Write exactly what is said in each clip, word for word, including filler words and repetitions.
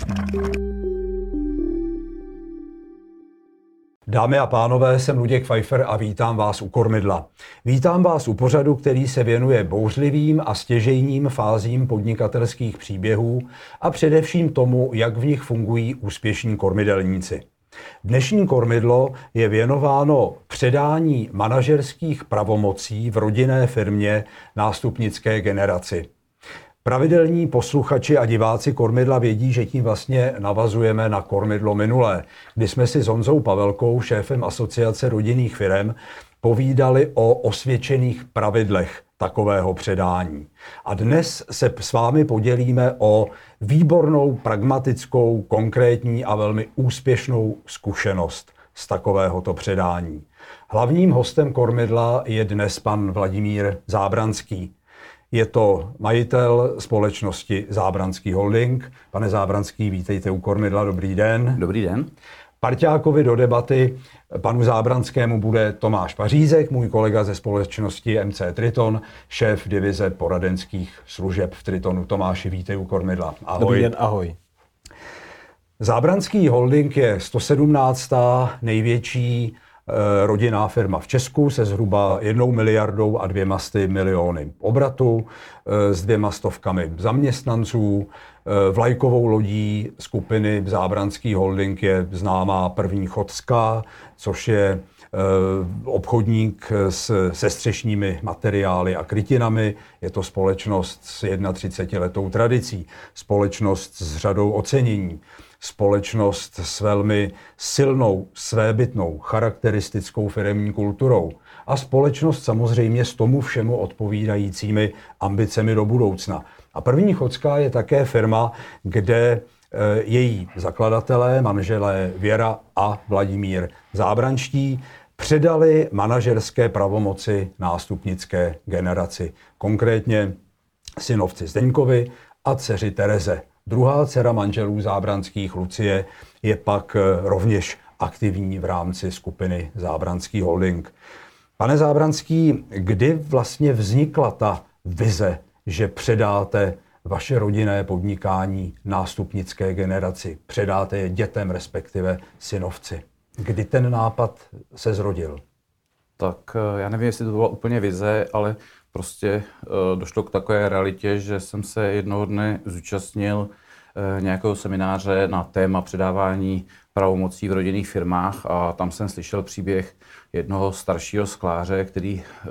Dámy a pánové, jsem Luděk Pfeiffer a vítám vás u Kormidla. Vítám vás u pořadu, který se věnuje bouřlivým a stěžejním fázím podnikatelských příběhů a především tomu, jak v nich fungují úspěšní kormidelníci. Dnešní Kormidlo je věnováno předání manažerských pravomocí v rodinné firmě nástupnické generaci. Pravidelní posluchači a diváci Kormidla vědí, že tím vlastně navazujeme na Kormidlo minulé, kdy jsme si s Honzou Pavelkou, šéfem Asociace rodinných firem, povídali o osvědčených pravidlech takového předání. A dnes se s vámi podělíme o výbornou, pragmatickou, konkrétní a velmi úspěšnou zkušenost z takovéhoto předání. Hlavním hostem Kormidla je dnes pan Vladimír Zábranský. Je to majitel společnosti Zábranský holding. Pane Zábranský, vítejte u Kormidla, dobrý den. Dobrý den. Parťákovi do debaty panu Zábranskému bude Tomáš Pařízek, můj kolega ze společnosti M C Triton, šéf divize poradenských služeb v Tritonu. Tomáši, vítej u Kormidla. Ahoj. Dobrý den, ahoj. Zábranský holding je sto sedmnáctá největší rodinná firma v Česku se zhruba jednou miliardou a dvěma sty miliony obratu, s dvěma stovkami zaměstnanců. Vlajkovou lodí skupiny Zábranský holding je známá První chodská, což je obchodník s sestřešními materiály a krytinami. Je to společnost s třicetiletou tradicí, společnost s řadou ocenění, společnost s velmi silnou, svébytnou, charakteristickou firemní kulturou a společnost samozřejmě s tomu všemu odpovídajícími ambicemi do budoucna. A První chodská je také firma, kde její zakladatelé, manželé Věra a Vladimír Zábranští, předali manažerské pravomoci nástupnické generaci. Konkrétně synovci Zdeňkovi a dceři Tereze. Druhá dcera manželů Zábranských, Lucie, je pak rovněž aktivní v rámci skupiny Zábranský holding. Pane Zábranský, kdy vlastně vznikla ta vize, že předáte vaše rodinné podnikání nástupnické generaci, předáte je dětem, respektive synovci? Kdy ten nápad se zrodil? Tak já nevím, jestli to byla úplně vize, ale prostě uh, došlo k takové realitě, že jsem se jednoho dne zúčastnil uh, nějakého semináře na téma předávání pravomocí v rodinných firmách a tam jsem slyšel příběh jednoho staršího skláře, který uh,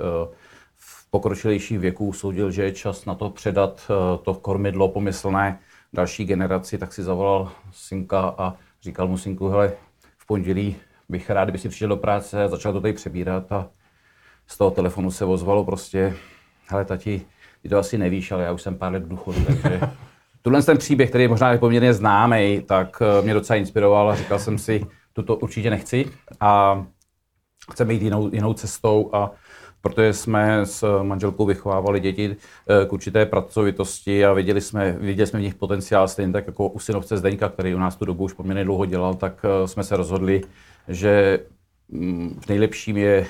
v pokročilejším věku usoudil, že je čas na to předat uh, to kormidlo pomyslné další generaci, tak si zavolal synka a říkal mu: synku, hele, v pondělí bych rád, kdyby si přišel do práce a začal to tady přebírat. A z toho telefonu se ozvalo prostě: hele tati, ty to asi nevíš, ale já už jsem pár let v důchodu, takže tuhle ten příběh, který je možná poměrně známý, tak mě docela inspiroval a říkal jsem si, tuto určitě nechci a chceme jít jinou, jinou cestou. A protože jsme s manželkou vychovávali děti k určité pracovitosti a viděli jsme, viděli jsme v nich potenciál, stejně tak jako u synovce Zdeňka, který u nás tu dobu už poměrně dlouho dělal, tak jsme se rozhodli, že v nejlepším je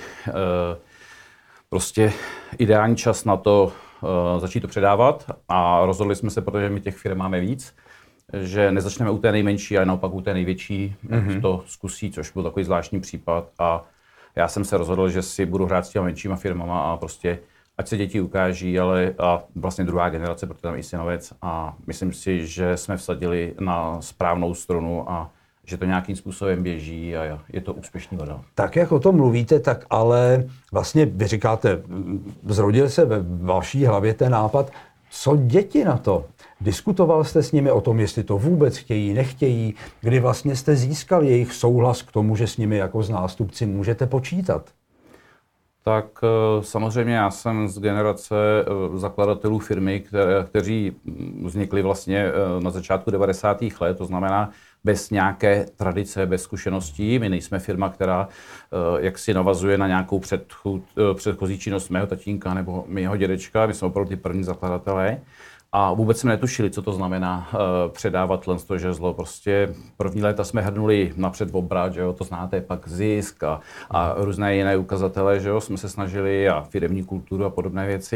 prostě ideální čas na to začít to předávat a rozhodli jsme se, protože my těch firm máme víc, že nezačneme u té nejmenší, ale naopak u té největší, mm-hmm. to zkusí, což byl takový zvláštní případ. A já jsem se rozhodl, že si budu hrát s těma menšíma firmama a prostě ať se děti ukáží, ale a vlastně druhá generace, protože tam i synovec, a myslím si, že jsme vsadili na správnou strunu a že to nějakým způsobem běží a je to úspěšný model. Tak jak o tom mluvíte, tak ale vlastně vy říkáte, zrodil se ve vaší hlavě ten nápad, co děti na to? Diskutoval jste s nimi o tom, jestli to vůbec chtějí, nechtějí, kdy vlastně jste získal jejich souhlas k tomu, že s nimi jako s nástupci můžete počítat? Tak samozřejmě já jsem z generace zakladatelů firmy, které, kteří vznikli vlastně na začátku devadesátých let, to znamená bez nějaké tradice, bez zkušeností. My nejsme firma, která jaksi navazuje na nějakou předchod, předchozí činnost mého tatínka nebo mého dědečka. My jsme opravdu ty první zakladatelé. A vůbec jsme netušili, co to znamená uh, předávat to žezlo. Prostě první léta jsme hrnuli napřed v obrat, že jo, to znáte, pak zisk a, a různé jiné ukazatele, že jo, jsme se snažili a firemní kulturu a podobné věci.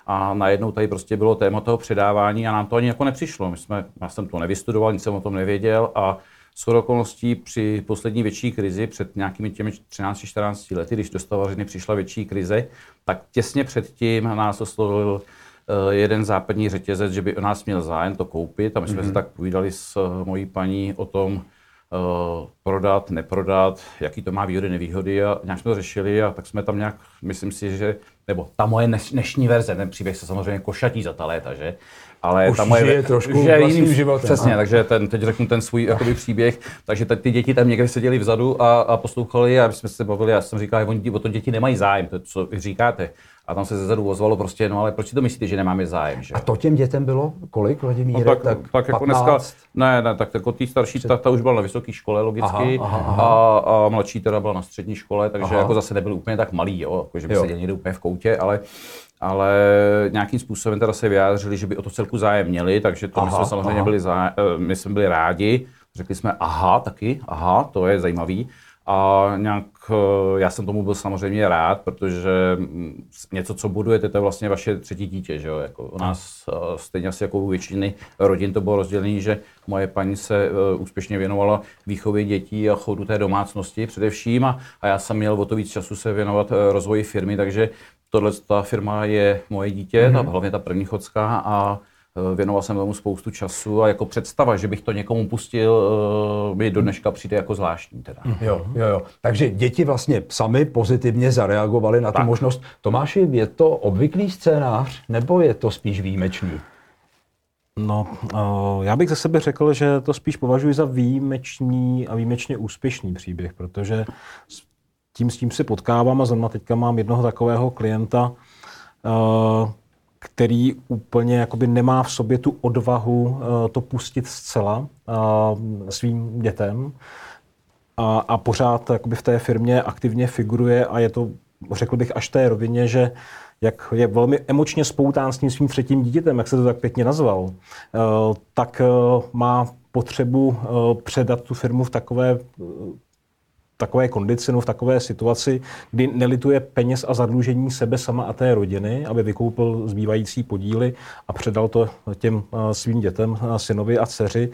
a najednou tady prostě bylo téma toho předávání a nám to ani jako nepřišlo. My jsme, já jsem to nevystudoval, nic jsem o tom nevěděl a shodou okolností při poslední větší krizi před nějakými těmi třinácti čtrnácti lety, když do stavařiny přišla větší krize, tak těsně předtím nás oslovil jeden západní řetězec, že by o nás měl zájem to koupit a my jsme mm-hmm. se tak povídali s mojí paní o tom uh, prodat, neprodat, jaký to má výhody, nevýhody a nějak jsme to řešili a tak jsme tam nějak, myslím si, že, nebo ta moje dnešní verze, ten příběh se samozřejmě košatí za ta léta, že? Ale už ta moje žije trošku už je vlastním jiným životem. Přesně, takže ten, teď řeknu ten svůj jakoby, příběh, takže teď ty děti tam někde seděli vzadu a, a poslouchali a my jsme se bavili a já jsem říkal, že oni o to děti nemají zájem, to, co vy říkáte. A tam se zezadu ozvalo prostě, no ale proč to myslíte, že nemáme zájem, že? A to těm dětem bylo kolik, Vladimíre? No tak, tak, tak jako dneska, ne, ne, tak jako ty starší, ta, ta už byla na vysoké škole logicky aha, aha, aha. A, a mladší teda byla na střední škole, takže aha. jako zase nebyli úplně tak malí, jo, jako že by seděli někde úplně v koutě, ale ale nějakým způsobem teda se vyjádřili, že by o to celku zájem měli, takže to aha, my jsme samozřejmě aha. byli, zájem, my jsme byli rádi, řekli jsme aha, taky, aha, to je zajímavý. A nějak, já jsem tomu byl samozřejmě rád, protože něco, co budujete, to je vlastně vaše třetí dítě, že jo? Jako u nás stejně asi jako u většiny rodin to bylo rozdělené, že moje paní se úspěšně věnovala výchově dětí a chodu té domácnosti především a, a já jsem měl o to víc času se věnovat rozvoji firmy, takže tohle ta firma je moje dítě, mm-hmm. ta, hlavně ta první chodská a věnoval jsem tomu spoustu času a jako představa, že bych to někomu pustil, mi do dneška přijde jako zvláštní teda. Jo, jo, jo. Takže děti vlastně sami pozitivně zareagovaly na tu tak. možnost. Tomáši, je to obvyklý scénář, nebo je to spíš výjimečný? No, já bych ze sebe řekl, že to spíš považuji za výjimečný a výjimečně úspěšný příběh, protože tím, s tím se potkávám a zrovna teďka mám jednoho takového klienta, který úplně jakoby nemá v sobě tu odvahu uh, to pustit zcela uh, svým dětem a, a pořád jakoby v té firmě aktivně figuruje a je to, řekl bych, až té rovině, že jak je velmi emočně spoután s tím svým třetím dítětem, jak se to tak pěkně nazval, uh, tak uh, má potřebu uh, předat tu firmu v takové uh, takové kondici, no v takové situaci, kdy nelituje peněz a zadlužení sebe sama a té rodiny, aby vykoupil zbývající podíly a předal to těm svým dětem, synovi a dceři,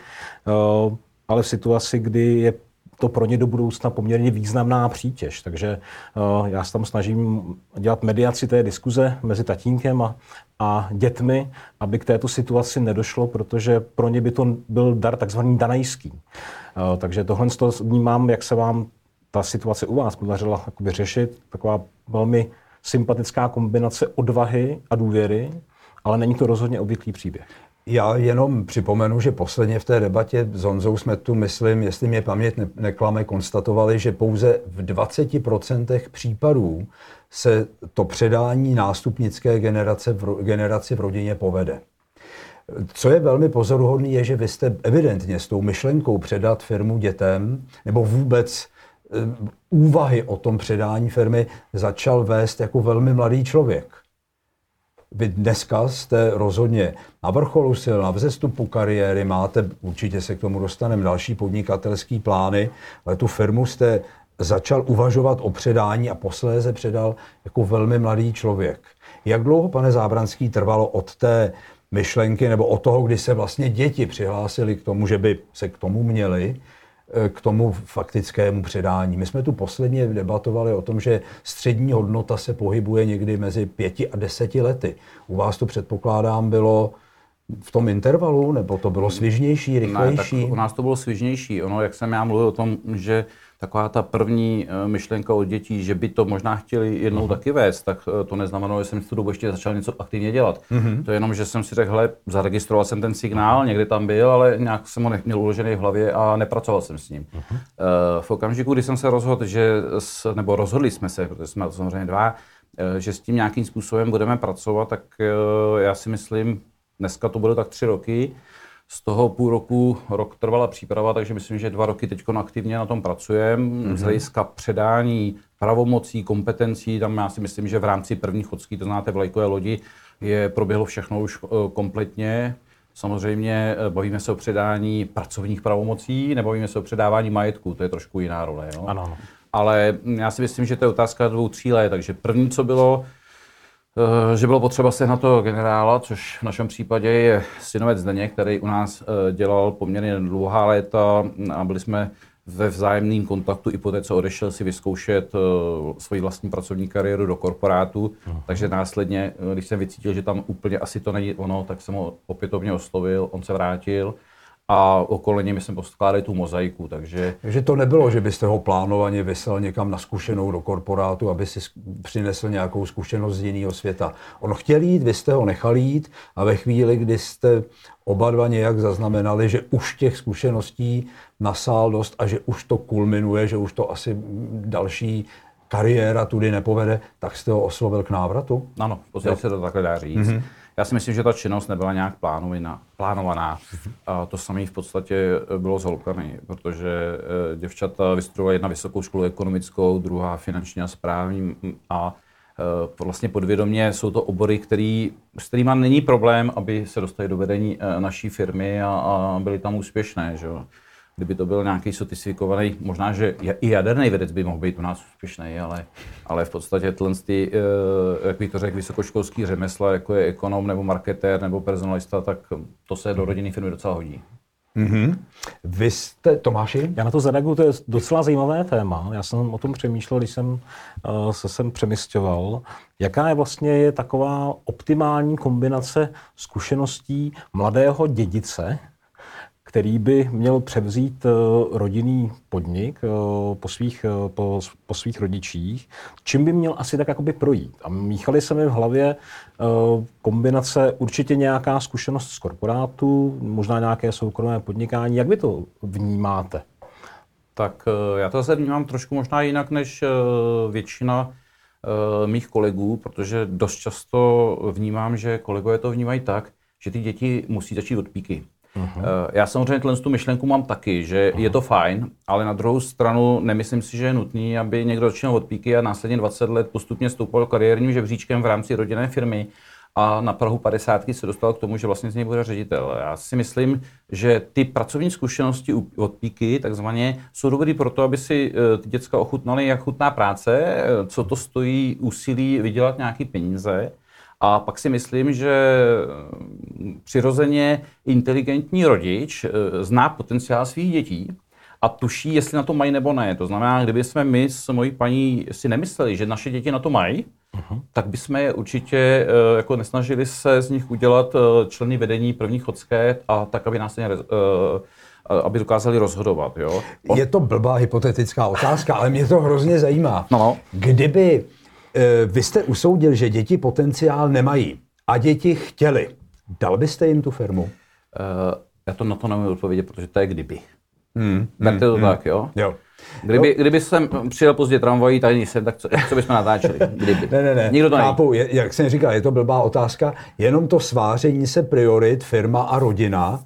ale v situaci, kdy je to pro ně do budoucna poměrně významná přítěž. Takže já se tam snažím dělat mediaci té diskuze mezi tatínkem a, a dětmi, aby k této situaci nedošlo, protože pro ně by to byl dar takzvaný danajský. Takže tohle z toho vnímám, jak se vám ta situace u vás podařila jakoby řešit, taková velmi sympatická kombinace odvahy a důvěry, ale není to rozhodně obvyklý příběh. Já jenom připomenu, že posledně v té debatě s Honzou jsme tu, myslím, jestli mě paměť ne- neklame, konstatovali, že pouze v dvaceti procentech případů se to předání nástupnické generace v, ro- generaci v rodině povede. Co je velmi pozoruhodné, je, že vy jste evidentně s tou myšlenkou předat firmu dětem, nebo vůbec úvahy o tom předání firmy začal vést jako velmi mladý člověk. Vy dneska jste rozhodně na vrcholu sil, na vzestupu kariéry, máte, určitě se k tomu dostaneme, další podnikatelský plány, ale tu firmu jste začal uvažovat o předání a posléze předal jako velmi mladý člověk. Jak dlouho, pane Zábranský, trvalo od té myšlenky nebo od toho, kdy se vlastně děti přihlásili k tomu, že by se k tomu měli, k tomu faktickému předání? My jsme tu posledně debatovali o tom, že střední hodnota se pohybuje někdy mezi pěti a deseti lety. U vás to, předpokládám, bylo v tom intervalu, nebo to bylo svižnější, rychlejší? Ne, tak u nás to bylo svižnější. Ono, jak jsem já mluvil o tom, že taková ta první myšlenka od dětí, že by to možná chtěli jednou uh-huh. taky vést, tak to neznamenalo, že jsem v tu dobu ještě začal něco aktivně dělat. Uh-huh. To je jenom, že jsem si řekl, hele, zaregistroval jsem ten signál, někdy tam byl, ale nějak jsem ho neměl uložený v hlavě a nepracoval jsem s ním. Uh-huh. V okamžiku, kdy jsem se rozhodl, že, s, nebo rozhodli jsme se, protože jsme samozřejmě dva, že s tím nějakým způsobem budeme pracovat, tak já si myslím, dneska to bude tak tři roky, z toho půl roku, rok trvala příprava, takže myslím, že dva roky teď aktivně na tom pracujeme. Mm-hmm. Z hlediska předání pravomocí, kompetencí, tam já si myslím, že v rámci první chodský, to znáte vlajkové lodi, je proběhlo všechno už kompletně. Samozřejmě bavíme se o předání pracovních pravomocí, nebavíme se o předávání majetku, to je trošku jiná role. Jo? Ano. Ale já si myslím, že to je otázka dvou, tří let, takže první, co bylo, že bylo potřeba sehnat toho generála, což v našem případě je synovec Zdeněk, který u nás dělal poměrně dlouhá léta a byli jsme ve vzájemném kontaktu i po té, co odešel si vyzkoušet svoji vlastní pracovní kariéru do korporátu. Uh-huh. Takže následně, když jsem vycítil, že tam úplně asi to není ono, tak jsem ho opětovně oslovil, on se vrátil. A okolo něj jsme poskládali tu mozaiku, takže... Takže to nebylo, že byste ho plánovaně vyslal někam na zkušenou do korporátu, aby si přinesl nějakou zkušenost z jiného světa. On chtěl jít, vy jste ho nechali jít a ve chvíli, kdy jste oba dva nějak zaznamenali, že už těch zkušeností nasál dost a že už to kulminuje, že už to asi další kariéra tudy nepovede, tak jste ho oslovil k návratu? Ano, v podstatě se to takhle dá říct. Mm-hmm. Já si myslím, že ta činnost nebyla nějak plánovaná. A to samé v podstatě bylo s holkami, protože děvčata vystudovaly jedna vysokou školu ekonomickou, druhá finanční a správní a vlastně podvědomě jsou to obory, který, s kterýma není problém, aby se dostali do vedení naší firmy a, a byli tam úspěšné. Že? Kdyby to byl nějaký sofistikovaný, možná, že i jaderný vědec by mohl být u nás úspěšný, ale, ale v podstatě tyhle, ty, jak bych to řekl, vysokoškolský řemesla, jako je ekonom nebo marketér nebo personalista, tak to se do rodinné firmy docela hodí. Mm-hmm. Vy jste, Tomáši? Já na to zareaguju, to je docela zajímavé téma. Já jsem o tom přemýšlel, když jsem uh, se sem přemysťoval. Jaká je vlastně je taková optimální kombinace zkušeností mladého dědice, který by měl převzít uh, rodinný podnik uh, po, svých, uh, po, po svých rodičích, čím by měl asi tak jakoby projít. A míchaly se mi v hlavě uh, kombinace určitě nějaká zkušenost z korporátu, možná nějaké soukromé podnikání. Jak vy to vnímáte? Tak uh, já to zase vnímám trošku možná jinak než uh, většina uh, mých kolegů, protože dost často vnímám, že kolegové to vnímají tak, že ty děti musí začít od píky. Uh-huh. Já samozřejmě tu myšlenku mám taky, že uh-huh. je to fajn, ale na druhou stranu nemyslím si, že je nutný, aby někdo začal od píky a následně dvacet let postupně stoupal kariérním žebříčkem v rámci rodinné firmy a na prahu padesátky se dostal k tomu, že vlastně z něj bude ředitel. Já si myslím, že ty pracovní zkušenosti od píky takzvaně jsou dobrý pro to, aby si ty děcka ochutnali, jak chutná práce, co to stojí úsilí vydělat nějaký peníze. A pak si myslím, že přirozeně inteligentní rodič zná potenciál svých dětí a tuší, jestli na to mají nebo ne. To znamená, kdyby jsme my s mojí paní si nemysleli, že naše děti na to mají, uh-huh. tak bychom je určitě jako nesnažili se z nich udělat členy vedení první chodské a tak, aby nás aby dokázali rozhodovat. Jo? Je to blbá hypotetická otázka, ale mě to hrozně zajímá. No. Kdyby vy jste usoudil, že děti potenciál nemají a děti chtěli, dal byste jim tu firmu? Uh, já to na to nemůžu odpovědět, protože to je kdyby. Hmm, Berte to hmm, tak, jo? jo. Kdyby, kdyby jsem přijel pozdě tramvají, tady nejsem, tak co, co bychom natáčeli? Kdyby. Ne, ne, ne. Nikdo to Chápu, je, jak jsem říkal, je to blbá otázka. Jenom to sváření se priorit, firma a rodina,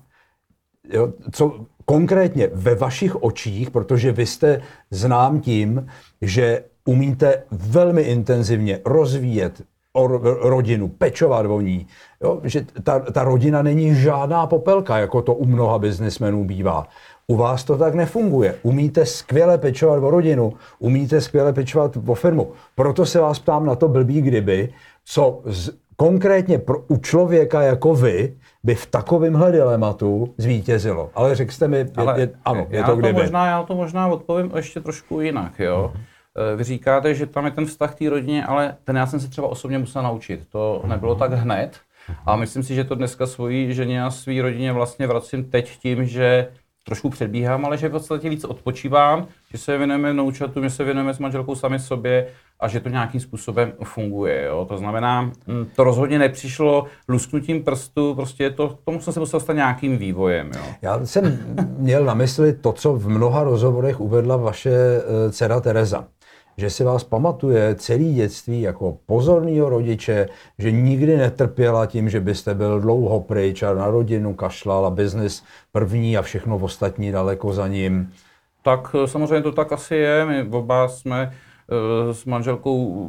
jo, co konkrétně ve vašich očích, protože vy jste znám tím, že umíte velmi intenzivně rozvíjet rodinu, pečovat o ní. Jo? Že ta, ta rodina není žádná popelka, jako to u mnoha biznismenů bývá. U vás to tak nefunguje. Umíte skvěle pečovat o rodinu, umíte skvěle pečovat o firmu. Proto se vás ptám na to blbý kdyby, co z, konkrétně pro, u člověka jako vy by v takovémhle dilematu zvítězilo. Ale řekl jste mi, Ale je, je, ano, je já to kdyby. To možná, já to možná odpovím ještě trošku jinak, jo. Uh-huh. Vy říkáte, že tam je ten vztah k té rodině, ale ten já jsem se třeba osobně musel naučit. To nebylo tak hned. A myslím si, že to dneska svojí ženě a svý rodině vlastně vracím teď tím, že trošku předbíhám, ale že v podstatě víc odpočívám, že se věnujeme noučatům, že se věnujeme s manželkou sami sobě a že to nějakým způsobem funguje. Jo? To znamená, to rozhodně nepřišlo lusknutím prstu, prostě to, k tomu jsem se musel stát nějakým vývojem. Jo? Já jsem měl na mysli to, co v mnoha rozhovorech uvedla vaše dcera Tereza. Že si vás pamatuje celý dětství jako pozorného rodiče, že nikdy netrpěla tím, že byste byl dlouho pryč a na rodinu kašlal a biznis první a všechno ostatní daleko za ním. Tak samozřejmě to tak asi je. My oba jsme uh, s manželkou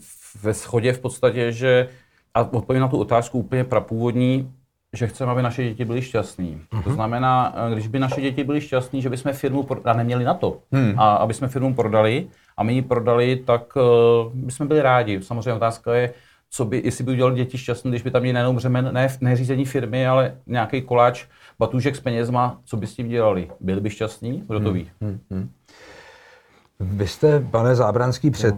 ve shodě v podstatě, že a odpovím na tu otázku úplně prapůvodní, že chceme, aby naše děti byly šťastní. Uh-huh. To znamená, když by naše děti byly šťastní, že bychom firmu pro... a neměli na to, hmm. a aby jsme firmu prodali a my ji prodali, tak uh, bychom byli rádi. Samozřejmě otázka je, co by, jestli by udělal děti šťastný, když by tam měli nejenom břemen, ne, ne řízení firmy, ale nějaký koláč, batůžek s penězma, co by s tím dělali? Byli by šťastní? Kdo to ví? Hmm, hmm. Vy jste, pane Zábranský, před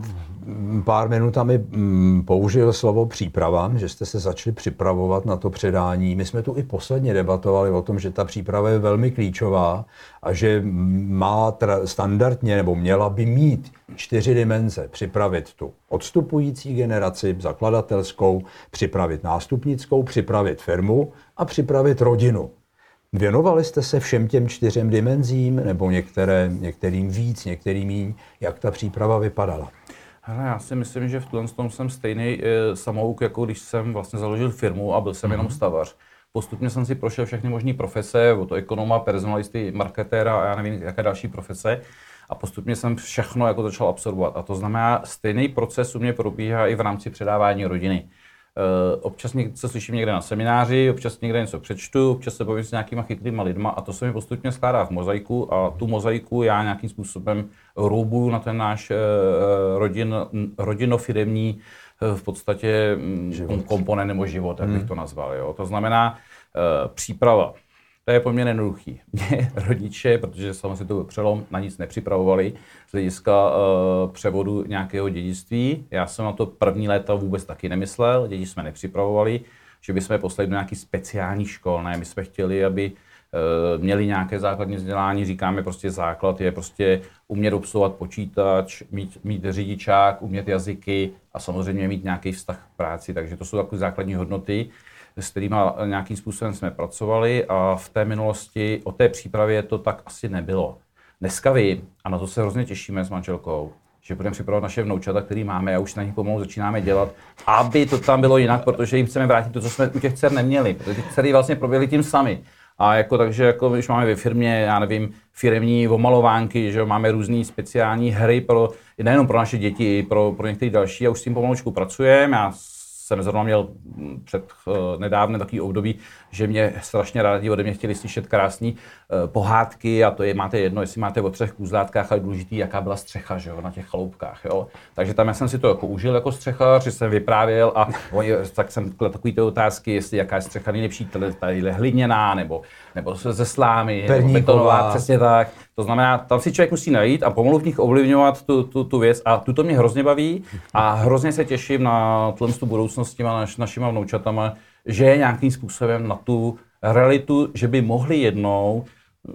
pár minutami použil slovo příprava, že jste se začali připravovat na to předání. My jsme tu i posledně debatovali o tom, že ta příprava je velmi klíčová a že má tra- standardně, nebo měla by mít čtyři dimenze. Připravit tu odstupující generaci, zakladatelskou, připravit nástupnickou, připravit firmu a připravit rodinu. Věnovali jste se všem těm čtyřem dimenzím, nebo některé, některým víc, některým míň? Jak ta příprava vypadala? Hele, já si myslím, že v tom jsem stejný e, samouk, jako když jsem vlastně založil firmu a byl jsem mm-hmm. jenom stavař. Postupně jsem si prošel všechny možné profese, od ekonoma, personalisty, marketéra a já nevím, jaké další profese. A postupně jsem všechno jako začal absorbovat. A to znamená, stejný proces u mě probíhá i v rámci předávání rodiny. Uh, občas se slyším někde na semináři, občas někde něco přečtu, občas se bavím s nějakýma chytrýma lidma a to se mi postupně skládá v mozaiku a tu mozaiku já nějakým způsobem roubuju na ten náš uh, rodin, rodinofiremní uh, v podstatě um, komponent nebo život, jak bych hmm. to nazval. Jo. To znamená uh, příprava. To je poměrně jednoduchý. Mě rodiče, protože samozřejmě to byl přelom, na nic nepřipravovali z hlediska uh, převodu nějakého dědictví. Já jsem na to první léta vůbec taky nemyslel, děti jsme nepřipravovali, že bychom poslali do nějaký speciální škol. Ne, my jsme chtěli, aby uh, měli nějaké základní vzdělání, říkáme prostě základ je prostě umět obsluhovat počítač, mít, mít řidičák, umět jazyky a samozřejmě mít nějaký vztah k práci, takže to jsou takové základní hodnoty, s kterými nějakým způsobem jsme pracovali a v té minulosti o té přípravě to tak asi nebylo. Dneska vím, a na to se hrozně těšíme s manželkou, že budeme připravovat naše vnoučata, který máme a už na nich pomalu začínáme dělat, aby to tam bylo jinak, protože jim chceme vrátit to, co jsme u těch dcer neměli, protože ty dcery vlastně proběhly tím sami. A jako takže, jako když máme ve firmě, já nevím, firemní omalovánky, že máme různé speciální hry pro, nejenom pro naše děti, i pro, pro některé další a už s tím pomalučku pracujeme. Já jsem zrovna měl před uh, nedávné takový období, že mě strašně rádi ode mě chtěli slyšet krásný uh, pohádky a to je, máte jedno, jestli máte o třech kůzlátkách, ale důležitý, jaká byla střecha, že jo, na těch chaloupkách, jo. Takže tam já jsem si to jako užil jako střechař, že jsem vyprávěl a oni, tak jsem kladl takový ty otázky, jestli jaká je střecha nejlepší, tady hliněná, nebo, nebo ze slámy, nebo betonová, přesně tak. To znamená, tam si člověk musí najít a pomalu v nich ovlivňovat tu, tu, tu věc a tuto mě hrozně baví a hrozně se těším na tu budoucnosti a naš, našima vnoučatama, že je nějakým způsobem na tu realitu, že by mohli jednou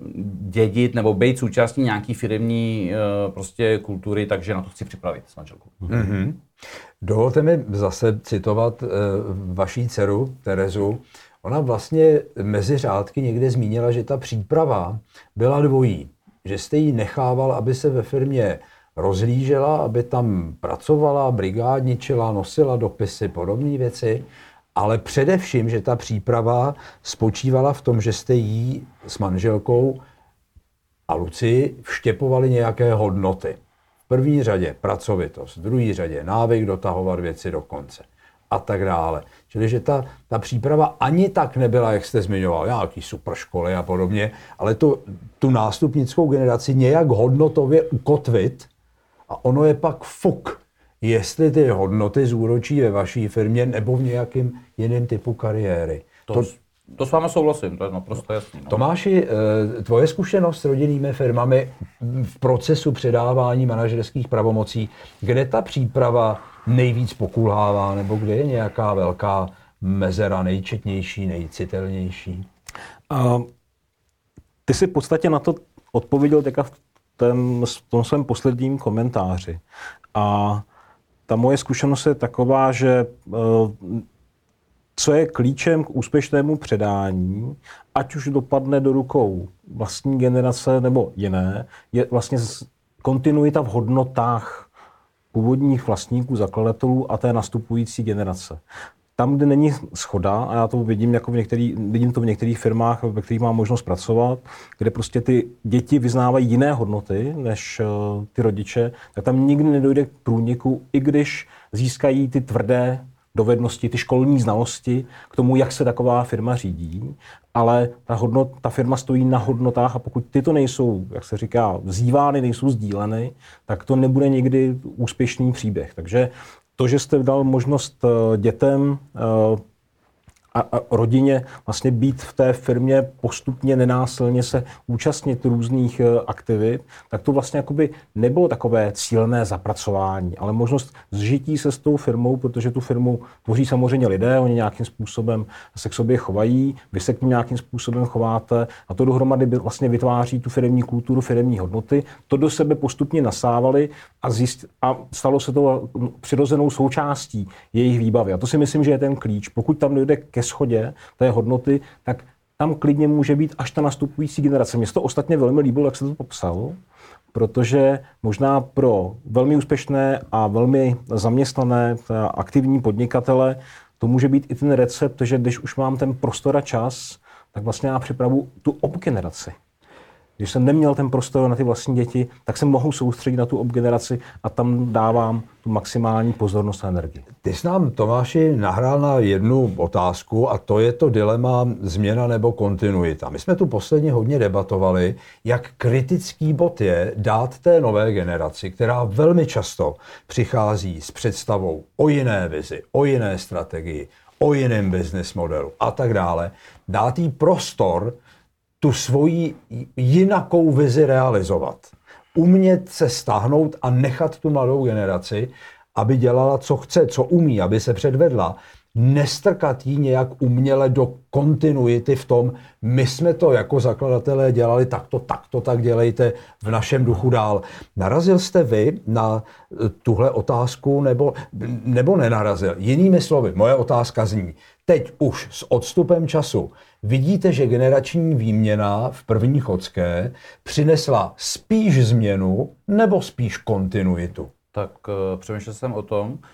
dědit nebo být součástí nějaký firemní prostě kultury, takže na to chci připravit s manželkou. Mm-hmm. Dovolte mi zase citovat uh, vaší dceru Terezu. Ona vlastně mezi řádky někde zmínila, že ta příprava byla dvojí. Že jste jí nechával, aby se ve firmě rozhlížela, aby tam pracovala, brigádničila, nosila dopisy, podobné věci, ale především, že ta příprava spočívala v tom, že jste jí s manželkou a Lucii vštěpovali nějaké hodnoty. V první řadě pracovitost, v druhé řadě návyk dotahovat věci do konce a tak dále. Čili, že ta, ta příprava ani tak nebyla, jak jste zmiňoval, nějaký super školy a podobně, ale to, tu nástupnickou generaci nějak hodnotově ukotvit a ono je pak fuk, jestli ty hodnoty zúročí ve vaší firmě nebo v nějakém jiném typu kariéry. To, to, to s vámi souhlasím, to je naprosto jasný. No. Tomáši, tvoje zkušenost s rodinnými firmami v procesu předávání manažerských pravomocí, kde ta příprava nejvíc pokulhává, nebo kde je nějaká velká mezera, nejčetnější, nejcitelnější? Uh, ty si v podstatě na to odpověděl teďka v, tém, v tom svém posledním komentáři. A ta moje zkušenost je taková, že uh, co je klíčem k úspěšnému předání, ať už dopadne do rukou vlastní generace nebo jiné, je vlastně kontinuita v hodnotách původních vlastníků, zakladatelů a té nastupující generace. Tam, kde není shoda, a já to vidím, jako v některý, vidím to v některých firmách, ve kterých mám možnost pracovat, kde prostě ty děti vyznávají jiné hodnoty než uh, ty rodiče, tak tam nikdy nedojde k průniku, i když získají ty tvrdé dovednosti, ty školní znalosti k tomu, jak se taková firma řídí, ale ta, hodnot, ta firma stojí na hodnotách a pokud tyto nejsou, jak se říká, vzývány, nejsou sdíleny, tak to nebude nikdy úspěšný příběh. Takže To, že jste dal možnost dětem a rodině vlastně být v té firmě postupně nenásilně se účastnit různých aktivit, tak to vlastně jakoby nebylo takové cílené zapracování, ale možnost zžití se s tou firmou, protože tu firmu tvoří samozřejmě lidé, oni nějakým způsobem se k sobě chovají, vy se k ním nějakým způsobem chováte a to dohromady vlastně vytváří tu firemní kulturu, firemní hodnoty. To do sebe postupně nasávali a, zjist, a stalo se to přirozenou součástí jejich výbavy. A to si myslím, že je ten klíč. Pokud tam dojde ke shodě té hodnoty, tak tam klidně může být až ta nastupující generace. Mně se to ostatně velmi líbilo, jak se to popsal, protože možná pro velmi úspěšné a velmi zaměstnané aktivní podnikatele to může být i ten recept, že když už mám ten prostor a čas, tak vlastně já připravu tu obgeneraci. Když jsem neměl ten prostor na ty vlastní děti, tak se mohu soustředit na tu obgeneraci a tam dávám tu maximální pozornost a energii. Ty jsi nám, Tomáši, nahrál na jednu otázku a to je to dilema změna nebo kontinuita. My jsme tu posledně hodně debatovali, jak kritický bod je dát té nové generaci, která velmi často přichází s představou o jiné vizi, o jiné strategii, o jiném business modelu a tak dále, dát jí prostor tu svoji jinakou vizi realizovat. Umět se stáhnout a nechat tu mladou generaci, aby dělala, co chce, co umí, aby se předvedla. Nestrkat jí nějak uměle do kontinuity v tom, my jsme to jako zakladatelé dělali takto, takto, tak dělejte v našem duchu dál. Narazil jste vy na tuhle otázku nebo, nebo nenarazil? Jinými slovy, moje otázka zní, teď už s odstupem času vidíte, že generační výměna v první Chodské přinesla spíš změnu nebo spíš kontinuitu? Tak uh, přemýšlel jsem o tom. Uh,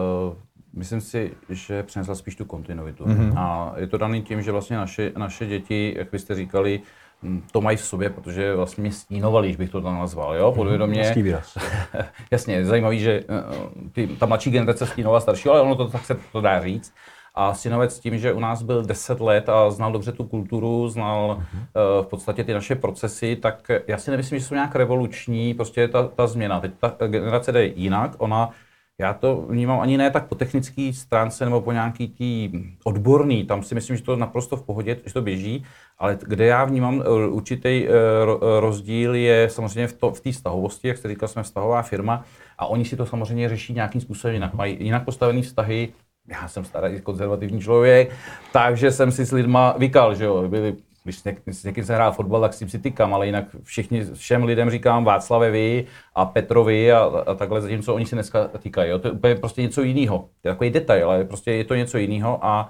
myslím si, že přinesla spíš tu kontinuitu. Mm-hmm. A je to daný tím, že vlastně naše, naše děti, jak vy jste říkali, to mají v sobě, protože vlastně mě stínovali, když bych to tam nazval, jo, podvědomě. výraz. Jasně, je zajímavý, že ty, ta mladší generace stínová starší, ale ono to tak se to dá říct. A Synovec tím, že u nás byl deset let a znal dobře tu kulturu, znal uh, v podstatě ty naše procesy, tak já si nemyslím, že jsou nějak revoluční, prostě je ta, ta změna. Teď ta generace jde jinak, ona, já to vnímám ani ne tak po technické stránce nebo po nějaký tý odborný, tam si myslím, že to naprosto v pohodě, že to běží, ale kde já vnímám určitý uh, rozdíl je samozřejmě v, to, v té vztahovosti, jak jste říkal, jsme vztahová firma a oni si to samozřejmě řeší nějakým způsobem jinak, mají jinak postavený vztahy. Já jsem starý konzervativní člověk, takže jsem si s lidma vykal, že jo, byli, když s někým se hrál fotbal, tak s tím si tykám, ale jinak všichni, všem lidem říkám Václave vy a Petrovi a, a takhle, zatímco oni si dneska týkají, jo, to je úplně prostě něco jiného, to je takový detail, ale prostě je to něco jiného a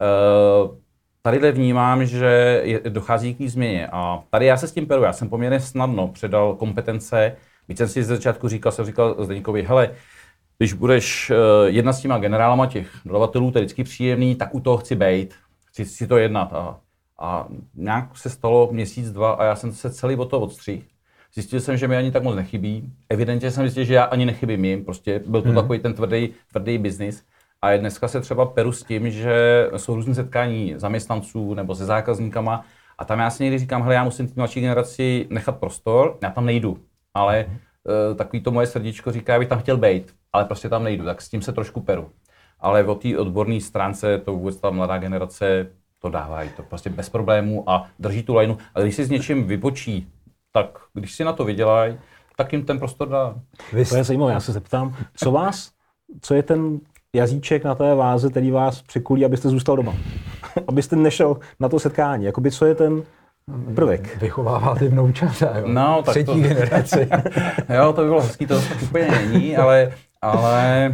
uh, tadyhle vnímám, že je, dochází k té změně a tady já se s tím peru, já jsem poměrně snadno předal kompetence, víc jsem si z začátku říkal, jsem říkal Zdeňkovi, hele, když budeš uh, jednat s těma generálama těch dodavatelů, to je vždycky příjemný, tak u toho chci bejt, chci si to jednat. A, a nějak se stalo měsíc, dva a já jsem se celý od toho odstřihl. Zjistil jsem, že mi ani tak moc nechybí. Evidentně jsem zjistil, že já ani nechybím jim, prostě byl to hmm. takový ten tvrdý, tvrdý biznis. A dneska se třeba peru s tím, že jsou různé setkání zaměstnanců nebo se zákazníkama a tam já si někdy říkám, hele, já musím té mladší generaci nechat prostor, já tam nejdu, ale hmm. uh, takový to moje srdíčko říká, já bych tam chtěl bejt. Ale prostě tam nejdu, tak s tím se trošku peru. Ale o té odborné stránce to vůbec ta mladá generace to dávají, to prostě bez problémů a drží tu lajnu. A když si s něčím vybočí, tak když si na to vydělají, tak jim ten prostor dá. To je zajímavé, já se zeptám, co vás, co je ten jazyček na té váze, který vás přikulí, abyste zůstal doma? Abyste nešel na to setkání, jakoby co je ten prvek? Vychovává ty vnoučata, jo? No, tak třetí to... generaci. Jo, to by bylo hezký, to tak úplně není, ale, ale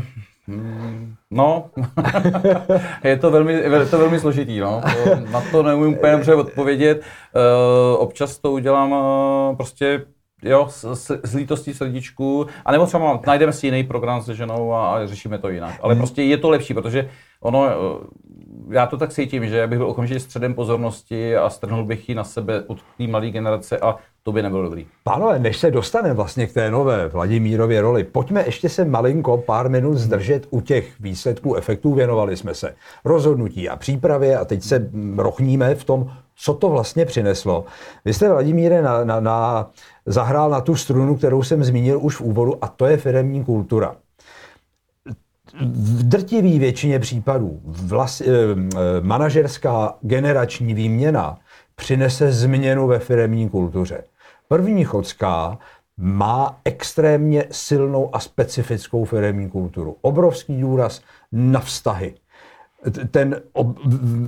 no, je to velmi, je to velmi složitý, no. To, na to neumím úplně dobře odpovědět. Uh, občas to udělám uh, prostě, jo, s, s lítostí v srdíčku, anebo třeba najdeme si jiný program se ženou a, a řešíme to jinak. Ale prostě je to lepší, protože ono, uh, já to tak cítím, že bych byl okamžitě středem pozornosti a strhnul bych ji na sebe od té mladé generace a to by nebylo dobrý. Pánové, než se dostaneme vlastně k té nové Vladimírově roli, pojďme ještě se malinko pár minut zdržet u těch výsledků, efektů. Věnovali jsme se rozhodnutí a přípravě a teď se rochníme v tom, co to vlastně přineslo. Vy jste, Vladimíre, na, na, na, zahrál na tu strunu, kterou jsem zmínil už v úvodu, a to je firemní kultura. v drtivé většině případů vlas, eh, manažerská generační výměna přinese změnu ve firemní kultuře. První chodská má extrémně silnou a specifickou firemní kulturu. Obrovský důraz na vztahy. Ten ob,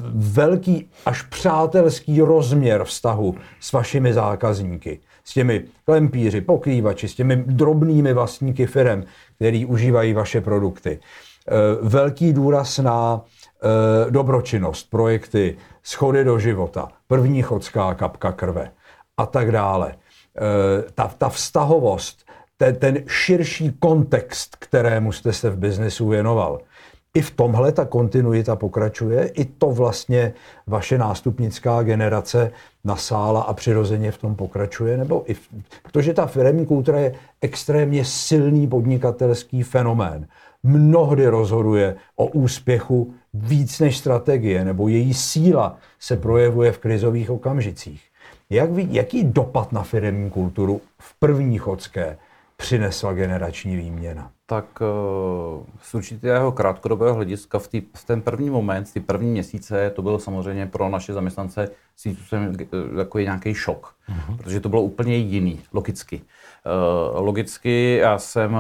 velký až přátelský rozměr vztahu s vašimi zákazníky, s těmi klempíři, pokrývači, s těmi drobnými vlastníky firem, který užívají vaše produkty. Velký důraz na dobročinnost, projekty, schody do života, první chodská kapka krve a tak dále. Ta, ta vztahovost, ten, ten širší kontext, kterému jste se v biznesu věnoval. I v tomhle ta kontinuita pokračuje, i to vlastně vaše nástupnická generace nasála a přirozeně v tom pokračuje, nebo i v, protože ta firemní kultura je extrémně silný podnikatelský fenomén. Mnohdy rozhoduje o úspěchu víc než strategie, nebo její síla se projevuje v krizových okamžicích. Jak ví, jaký dopad na firemní kulturu v první chodské přinesla generační výměna? Tak z určitého krátkodobého hlediska v, tý, v ten první moment, v ty první měsíce, to bylo samozřejmě pro naše zaměstnance takový nějaký šok, uh-huh. protože to bylo úplně jiný, logicky. Uh, logicky já jsem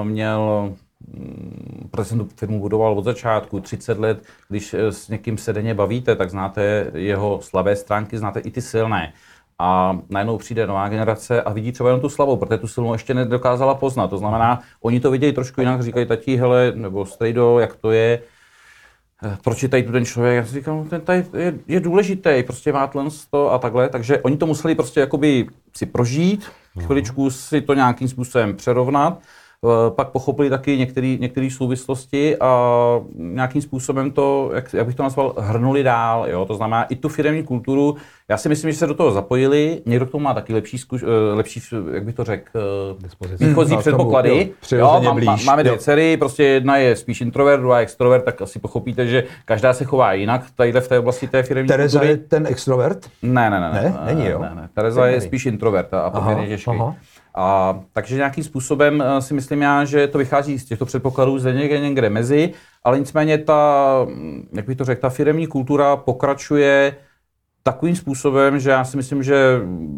měl, protože jsem tu firmu budoval od začátku, třicet let, když s někým se denně bavíte, tak znáte jeho slabé stránky, znáte i ty silné. A najednou přijde nová generace a vidí třeba jenom tu slabou, protože tu silnou ještě nedokázala poznat. To znamená, oni to vidějí trošku jinak, říkají tatí, hele, nebo strejdo, jak to je, proč je tady tu ten člověk. Já si říkám, no, ten tady je, je důležitý, prostě má to a takhle. Takže oni to museli prostě jakoby si prožít, chviličku si to nějakým způsobem přerovnat. Pak pochopili taky některé souvislosti a nějakým způsobem to, jak, jak bych to nazval, hrnuli dál. Jo? To znamená i tu firemní kulturu. Já si myslím, že se do toho zapojili. Někdo k tomu má taky lepší, zkuš, lepší jak bych to řekl, výchozí hmm, předpoklady. Jo, jo, mám, blíž, máme dvě jo. dcery, prostě jedna je spíš introvert, druhá je extrovert, tak asi pochopíte, že každá se chová jinak tadyhle v té oblasti té firemní Tereza kultury. je ten extrovert? Ne, ne, ne. Ne, ne není, jo? Ne, ne. Tereza je spíš introvert a poměrně těžký. Aha. A, takže nějakým způsobem si myslím já, že to vychází z těchto předpokladů zde někde, někde mezi, ale nicméně ta, jak bych to řekl, ta firemní kultura pokračuje takovým způsobem, že já si myslím, že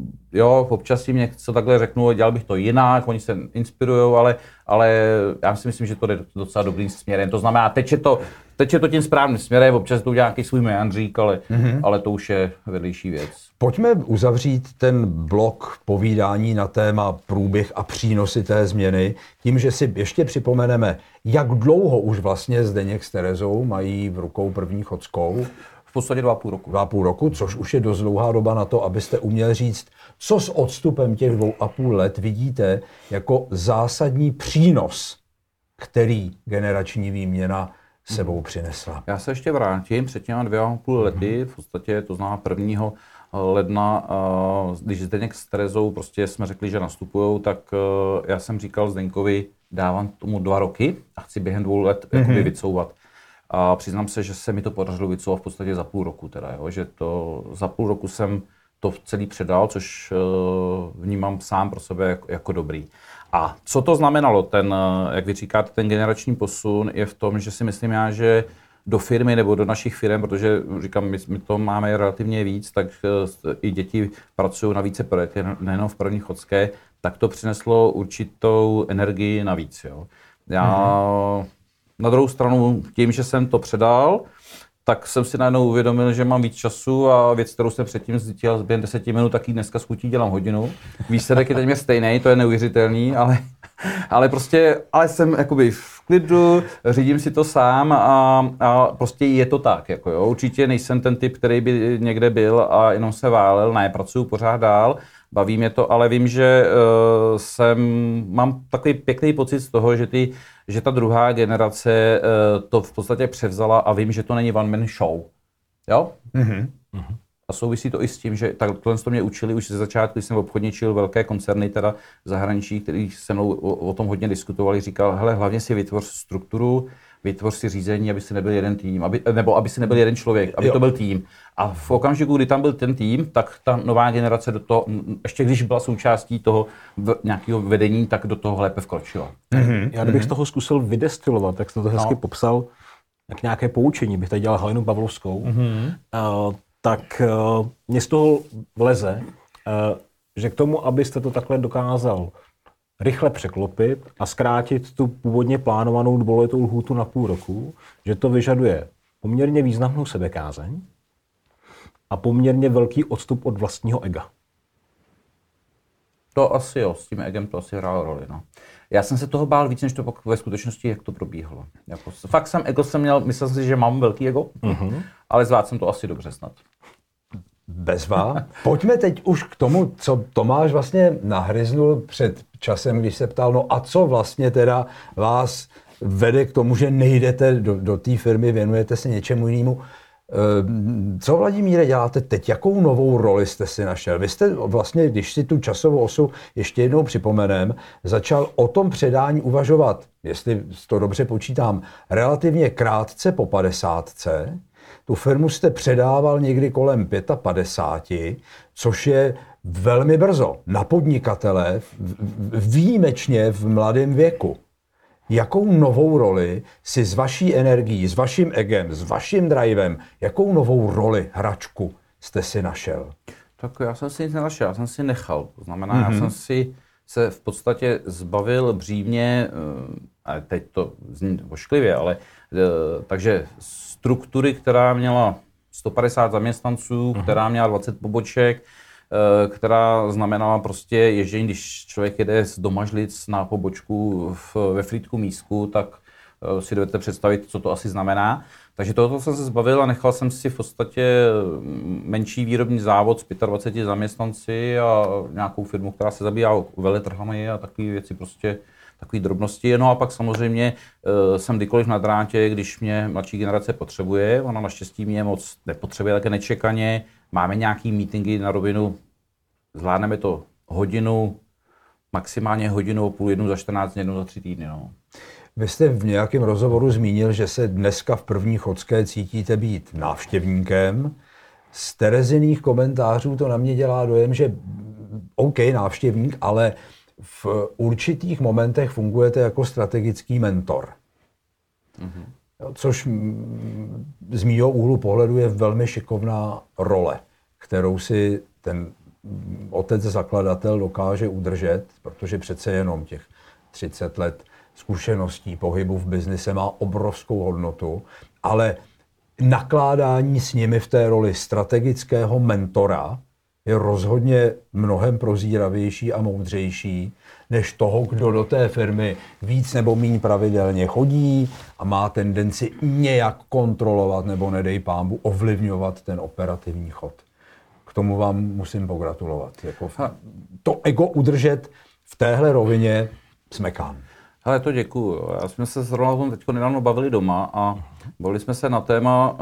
jo, občas jim něco takhle řeknu, dělal bych to jinak, oni se inspirujou, ale, ale já si myslím, že to jde docela dobrým směrem. To znamená, teče to, teče to tím správným směrem, občas to udělá nějaký svůj meandřík, ale, mm-hmm. ale to už je vedlejší věc. Pojďme uzavřít ten blok povídání na téma průběh a přínosy té změny tím, že si ještě připomeneme, jak dlouho už vlastně Zdeněk s Terezou mají v rukou první chodskou. V podstatě dva a půl roku. Dva a půl roku, což už je dost dlouhá doba na to, abyste uměl říct, co s odstupem těch dvou a půl let vidíte jako zásadní přínos, který generační výměna sebou přinesla. Já se ještě vrátím před těma dvě a půl lety, v podstatě to znamená prvního ledna, když Zdeněk s Terezou prostě jsme řekli, že nastupujou, tak já jsem říkal Zdeňkovi, dávám tomu dva roky a chci během dvou let mm-hmm. jakoby vycouvat. A přiznám se, že se mi to podařilo vycouvat v podstatě za půl roku, teda, jo, že to za půl roku jsem to celý předal, což vnímám sám pro sebe jako, jako dobrý. A co to znamenalo, ten, jak vy říkáte, ten generační posun je v tom, že si myslím já, že do firmy nebo do našich firm, protože říkám, my, my to máme relativně víc, tak i děti pracují na více projektech, nejenom v první chodské, tak to přineslo určitou energii navíc. Jo. Já mm-hmm. na druhou stranu, tím, že jsem to předal, tak jsem si najednou uvědomil, že mám víc času a věc, kterou jsem předtím dělal během deseti minut, taky dneska s chutí dělám hodinu. Výsledek je teď mě stejný, to je neuvěřitelný, ale, ale prostě, ale jsem jakoby v klidu, řídím si to sám a, a prostě je to tak. Jako jo. Určitě nejsem ten typ, který by někde byl a jenom se válel, ne, pracuju pořád dál, baví mě to, ale vím, že uh, jsem, mám takový pěkný pocit z toho, že, ty, že ta druhá generace uh, to v podstatě převzala a vím, že to není one man show. Jo? Mm-hmm. A souvisí to i s tím, že takhle to mě učili už ze začátku, když jsem obchodničil velké koncerny teda v zahraničí, který se mnou o, o tom hodně diskutovali, říkal, hele, hlavně si vytvoř strukturu, vytvoř si řízení, aby si nebyl jeden tým, aby, nebo aby si nebyl jeden člověk, aby jo. to byl tým. A v okamžiku, kdy tam byl ten tým, tak ta nová generace do toho, ještě když byla součástí toho nějakého vedení, tak do toho lépe vkročila. Mm-hmm. Já kdybych mm-hmm. z toho zkusil vydestilovat, tak jste to hezky no. popsal, jak nějaké poučení, bych tady dělal Helenu Pavlovskou, mm-hmm. uh, tak uh, mě z toho vleze, uh, že k tomu, abyste to takhle dokázal rychle překlopit a zkrátit tu původně plánovanou dvouletou lhůtu na půl roku, že to vyžaduje poměrně významnou sebekázeň a poměrně velký odstup od vlastního ega. To asi jo, s tím egem to asi hrálo roli. No. Já jsem se toho bál víc, než to pak ve skutečnosti, jak to probíhalo. Jako, fakt jsem ego jsem měl, myslel jsem si, že mám velký ego, mm-hmm. ale zvládl jsem to asi dobře snad. Bezva. Pojďme teď už k tomu, co Tomáš vlastně nahryznul před časem, když se ptal, no a co vlastně teda vás vede k tomu, že nejdete do, do té firmy, věnujete se něčemu jinému. Co, Vladimíre, děláte teď? Jakou novou roli jste si našel? Vy jste vlastně, když si tu časovou osu ještě jednou připomenem, začal o tom předání uvažovat, jestli to dobře počítám, relativně krátce po padesátce. Tu firmu jste předával někdy kolem padesát pět, což je velmi brzo na podnikatele, výjimečně v mladém věku. Jakou novou roli si s vaší energií, s vaším egem, s vaším drivem, jakou novou roli, hračku jste si našel? Tak já jsem si nic nenašel, já jsem si nechal. To znamená, mm-hmm. já jsem si se v podstatě zbavil břímě, a teď to zní ošklivě, ale takže struktury, která měla sto padesát zaměstnanců, mm-hmm. která měla dvacet poboček, která znamenala prostě ježdění, když člověk jede z Domažlic na pobočku v, ve Frýdku Místku, tak si dovedete představit, co to asi znamená. Takže tohoto jsem se zbavil a nechal jsem si v podstatě menší výrobní závod s dvaceti pěti zaměstnanci a nějakou firmu, která se zabývá veletrhami a takové věci, prostě takové drobnosti. No a pak samozřejmě jsem kdykoliv na drátě, když mě mladší generace potřebuje, ona naštěstí mě moc nepotřebuje, také nečekaně. Máme nějaký meetingy na rovinu, zvládneme to hodinu, maximálně hodinu, půl jednu za čtrnáct dní, jednu za tři týdny. No. Vy jste v nějakém rozhovoru zmínil, že se dneska v první Chodské cítíte být návštěvníkem. Z Tereziných komentářů to na mě dělá dojem, že OK, návštěvník, ale v určitých momentech fungujete jako strategický mentor. Mm-hmm. Což z mýho úhlu pohledu je velmi šikovná role, kterou si ten otec zakladatel dokáže udržet, protože přece jenom těch třicet let zkušeností pohybu v biznise má obrovskou hodnotu, ale nakládání s nimi v té roli strategického mentora je rozhodně mnohem prozíravější a moudřejší než toho, kdo do té firmy víc nebo míň pravidelně chodí a má tendenci nějak kontrolovat nebo nedej pámbu ovlivňovat ten operativní chod. K tomu vám musím pogratulovat. Jako to ego udržet v téhle rovině smekám. Hele, to děkuju. Já jsme se s Ronaldem teď nedávno bavili doma a bavili jsme se na téma,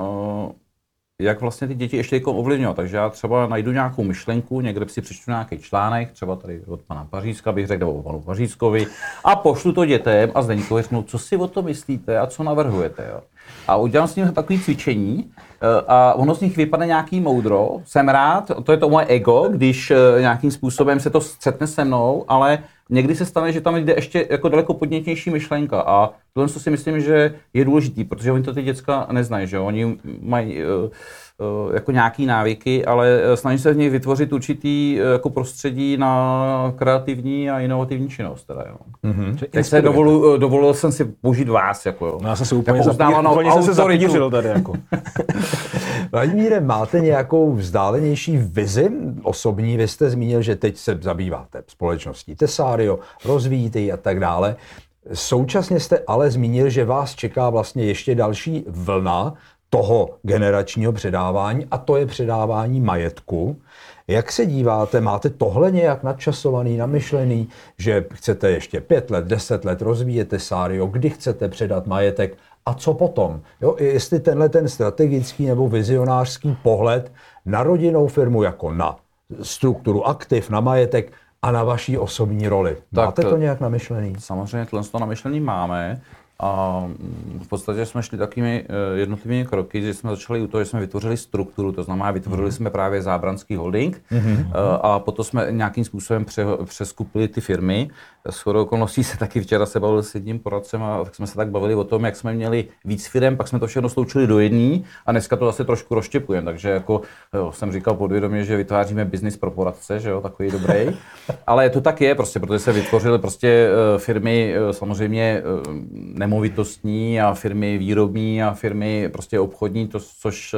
jak vlastně ty děti ještě jako ovlivňovat. Takže já třeba najdu nějakou myšlenku, někde si přečtu nějaký článek, třeba tady od pana Pařízka bych řekl, nebo od panu Pařízkovi, a pošlu to dětem a Zdeňkovi řeknu, co si o to myslíte a co navrhujete. Jo? A udělám s ním takové cvičení a ono z nich vypadne nějaký moudro. Jsem rád, to je to moje ego, když nějakým způsobem se to střetne se mnou, ale někdy se stane, že tam jde ještě jako daleko podnětnější myšlenka a tohle si myslím, že je důležitý, protože oni to ty děcka neznají, že oni mají uh, uh, jako nějaký návyky, ale snaží se v nich vytvořit určitý uh, jako prostředí na kreativní a inovativní činnost. Teda, jo. Mm-hmm. Teď se dovolu, dovolil jsem si použít vás. Jako, jo. No, já jsem se úplně, jako zapí, úplně jsem se zapířil tady. Jako. Vladimíre, máte nějakou vzdálenější vizi osobní? Vy jste zmínil, že teď se zabýváte společností Tesario, rozvíjíte ji a tak dále. Současně jste ale zmínil, že vás čeká vlastně ještě další vlna toho generačního předávání a to je předávání majetku. Jak se díváte, máte tohle nějak nadčasovaný, namyšlený, že chcete ještě pět let, deset let rozvíjet Tesario, kdy chcete předat majetek a co potom? Jo, jestli tenhle ten strategický nebo vizionářský pohled na rodinnou firmu jako na strukturu aktiv, na majetek a na vaší osobní roli. Máte tak, to nějak namyšlený? Samozřejmě tohle to namyšlený máme A v podstatě jsme šli takovými jednotlivými kroky, že jsme začali u toho, že jsme vytvořili strukturu, to znamená, vytvořili mm. jsme právě Zábranský holding mm-hmm. a potom jsme nějakým způsobem pře, přeskupili ty firmy. Shodou okolností se taky včera se bavili s jedním poradcem a tak jsme se tak bavili o tom, jak jsme měli víc firem, pak jsme to všechno sloučili do jedné a dneska to zase trošku rozštěpujeme. Takže jako jo, jsem říkal podvědomě, že vytváříme biznis pro poradce, že jo, takový dobrý. Ale to tak je prostě, protože se vytvořily prostě firmy samozřejmě nemovitostní a firmy výrobní a firmy prostě obchodní, to, což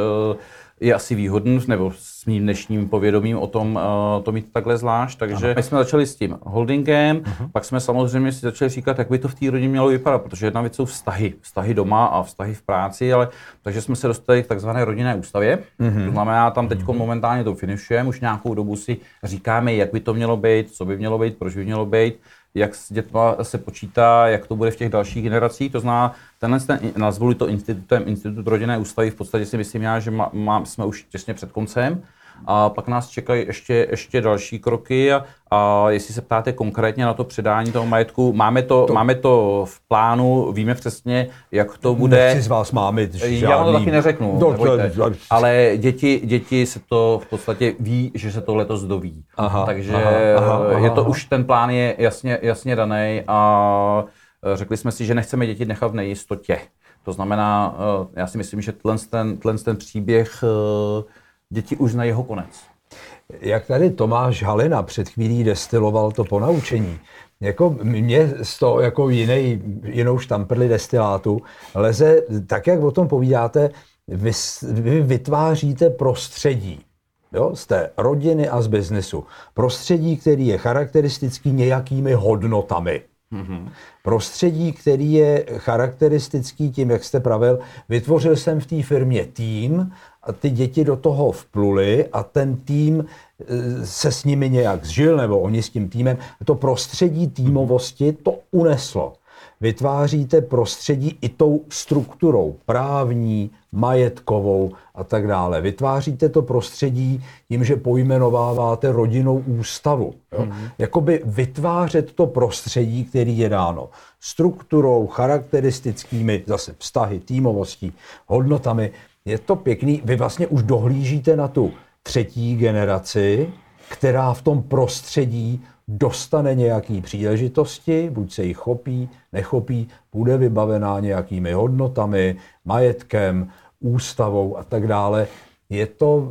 je asi výhodný, nebo s mým dnešním povědomím o tom to mít takhle zvlášť. Takže ano. My jsme začali s tím holdingem, uh-huh. pak jsme samozřejmě si začali říkat, jak by to v té rodině mělo vypadat, protože jedna věc jsou vztahy, vztahy doma a vztahy v práci, ale takže jsme se dostali k takzvané rodinné ústavě. Uh-huh. To znamená, tam teď uh-huh. momentálně to finišujeme, už nějakou dobu si říkáme, jak by to mělo být, co by mělo být, proč by mělo být, jak s dětma se počítá, jak to bude v těch dalších generacích. To znamená, tenhle ten, nazvuli to institutem, Institut rodinné ústavy, v podstatě si myslím já, že má, má, jsme už těsně před koncem. A pak nás čekají ještě, ještě další kroky a, a jestli se ptáte konkrétně na to předání toho majetku, máme to, to... máme to v plánu, víme přesně, jak to bude. Nechci z vás mámit žádný... Já vám to taky neřeknu, no, to... ale děti, děti se to v podstatě ví, že se to letos doví. Aha, takže aha, aha, je to aha. Už ten plán je jasně, jasně daný a řekli jsme si, že nechceme děti nechat v nejistotě. To znamená, já si myslím, že ten, ten, ten příběh děti už znají jeho konec. Jak tady Tomáš Halina před chvílí destiloval to ponaučení, jako mě z toho jako jinej, jinou štamprli destilátu leze, tak jak o tom povídáte, vy, vy vytváříte prostředí, jo, z té rodiny a z biznesu. Prostředí, který je charakteristický nějakými hodnotami. Mm-hmm. Prostředí, který je charakteristický tím, jak jste pravil, vytvořil jsem v té firmě tým a ty děti do toho vpluly a ten tým se s nimi nějak zžil, nebo oni s tím týmem. To prostředí týmovosti to uneslo. Vytváříte prostředí i tou strukturou právní, majetkovou a tak dále. Vytváříte to prostředí tím, že pojmenováváte rodinnou ústavu. Jo? Mm-hmm. Jakoby vytvářet to prostředí, který je dáno strukturou, charakteristickými zase vztahy, týmovostí, hodnotami. Je to pěkný. Vy vlastně už dohlížíte na tu třetí generaci, která v tom prostředí dostane nějaké příležitosti, buď se jich chopí, nechopí, bude vybavená nějakými hodnotami, majetkem, ústavou a tak dále. Je to,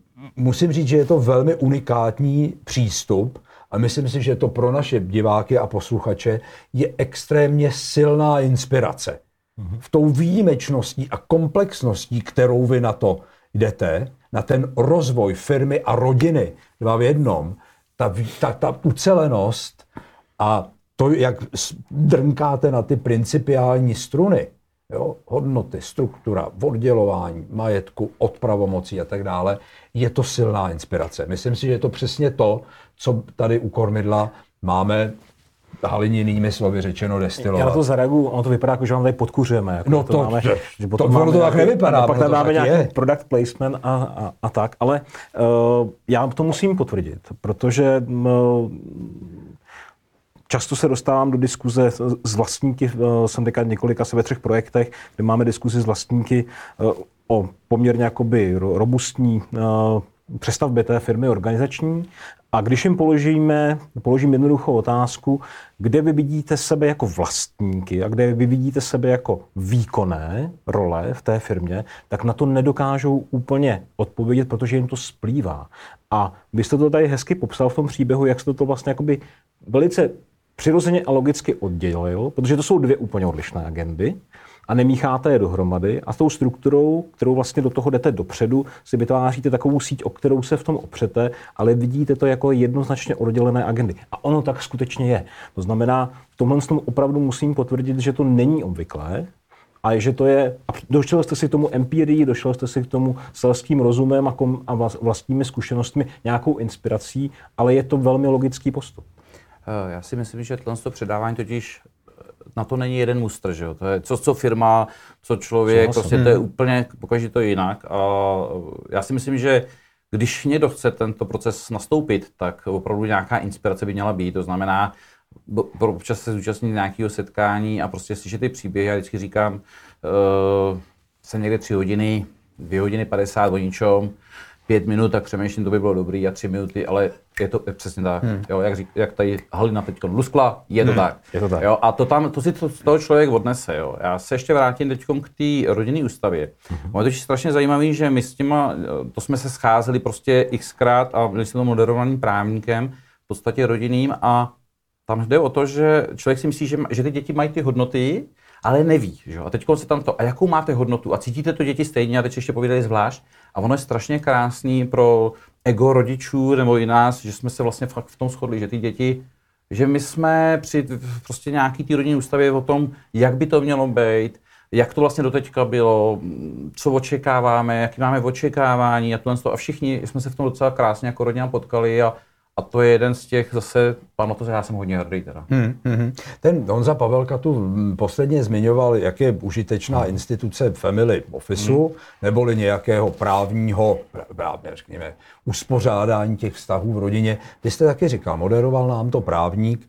musím říct, že je to velmi unikátní přístup a myslím si, že to pro naše diváky a posluchače je extrémně silná inspirace. Mhm. V tou výjimečností a komplexností, kterou vy na to jdete, na ten rozvoj firmy a rodiny, dva v jednom, Ta, ta, ta ucelenost a to, jak drnkáte na ty principiální struny, jo, hodnoty, struktura, oddělování majetku, od pravomocí a tak dále, je to silná inspirace. Myslím si, že je to přesně to, co tady u kormidla máme halininými slovy řečeno destilovat. Já na to zareaguju, ono to vypadá, jako, že vám tady podkuřujeme. Jako, no to, to, máme, že to, to, ono to tak nevypadá. Pak tam máme nějaký je. product placement a, a, a tak, ale uh, já to musím potvrdit, protože uh, často se dostávám do diskuze s vlastníky, uh, jsem teďka několika se ve třech projektech, kde máme diskuzi s vlastníky uh, o poměrně jakoby robustní uh, přestavbě té firmy organizační. A když jim položíme, položím jednoduchou otázku, kde vy vidíte sebe jako vlastníky a kde vy vidíte sebe jako výkonné role v té firmě, tak na to nedokážou úplně odpovědět, protože jim to splývá. A vy jste to tady hezky popsal v tom příběhu, jak jste to vlastně jakoby velice přirozeně a logicky oddělil, protože to jsou dvě úplně odlišné agendy. A nemícháte je dohromady a s tou strukturou, kterou vlastně do toho jdete dopředu, si vytváříte takovou síť, o kterou se v tom opřete, ale vidíte to jako jednoznačně oddělené agendy. A ono tak skutečně je. To znamená, v tomhle tom opravdu musím potvrdit, že to není obvyklé a že to je, a došel jste si k tomu empirii, došel jste si k tomu selským rozumem a, kom, a vlastními zkušenostmi, nějakou inspirací, ale je to velmi logický postup. Já si myslím, že tohle předávání totiž na to není jeden mustr, že jo? To je co, co firma, co člověk, co prostě to je úplně, pokaždé to je jinak. A já si myslím, že když někdo chce tento proces nastoupit, tak opravdu nějaká inspirace by měla být. To znamená, občas se zúčastnit nějakého setkání a prostě slyšet ty příběhy. Já vždycky říkám, uh, jsem někde tři hodiny, dvě hodiny padesát o ničom, pět minut, tak přemýšlím, to by bylo dobrý, a tři minuty, ale je to je přesně tak. Hmm. Jo, jak, řík, jak tady Halina teď luskla, je to hmm. tak. Je to tak. Jo, a to tam, to si to, z toho člověk odnese. Jo. Já se ještě vrátím teď k té rodinné ústavě. Hmm. Je to strašně zajímavé, že my s těma, to jsme se scházeli prostě xkrát a byli jsme to moderovaným právníkem, v podstatě rodinným, a tam jde o to, že člověk si myslí, že, že ty děti mají ty hodnoty, ale neví. Že? A teď se tam to, a jakou máte hodnotu? A cítíte to děti stejně, a teď ještě povídali zvlášť. A ono je strašně krásný pro ego rodičů nebo i nás, že jsme se vlastně fakt v tom shodli, že ty děti, že my jsme při prostě nějaký té rodinné ústavě o tom, jak by to mělo být, jak to vlastně doteďka bylo, co očekáváme, jaký máme očekávání a tohle a všichni jsme se v tom docela krásně jako rodina potkali a A to je jeden z těch zase, pan to, že já jsem hodně hrdý teda. Hmm, hmm. Ten Honza Pavelka tu posledně zmiňoval, jak je užitečná hmm. instituce Family Officeu, hmm. neboli nějakého právního, právě řekněme, uspořádání těch vztahů v rodině. Vy jste taky říkal, moderoval nám to právník,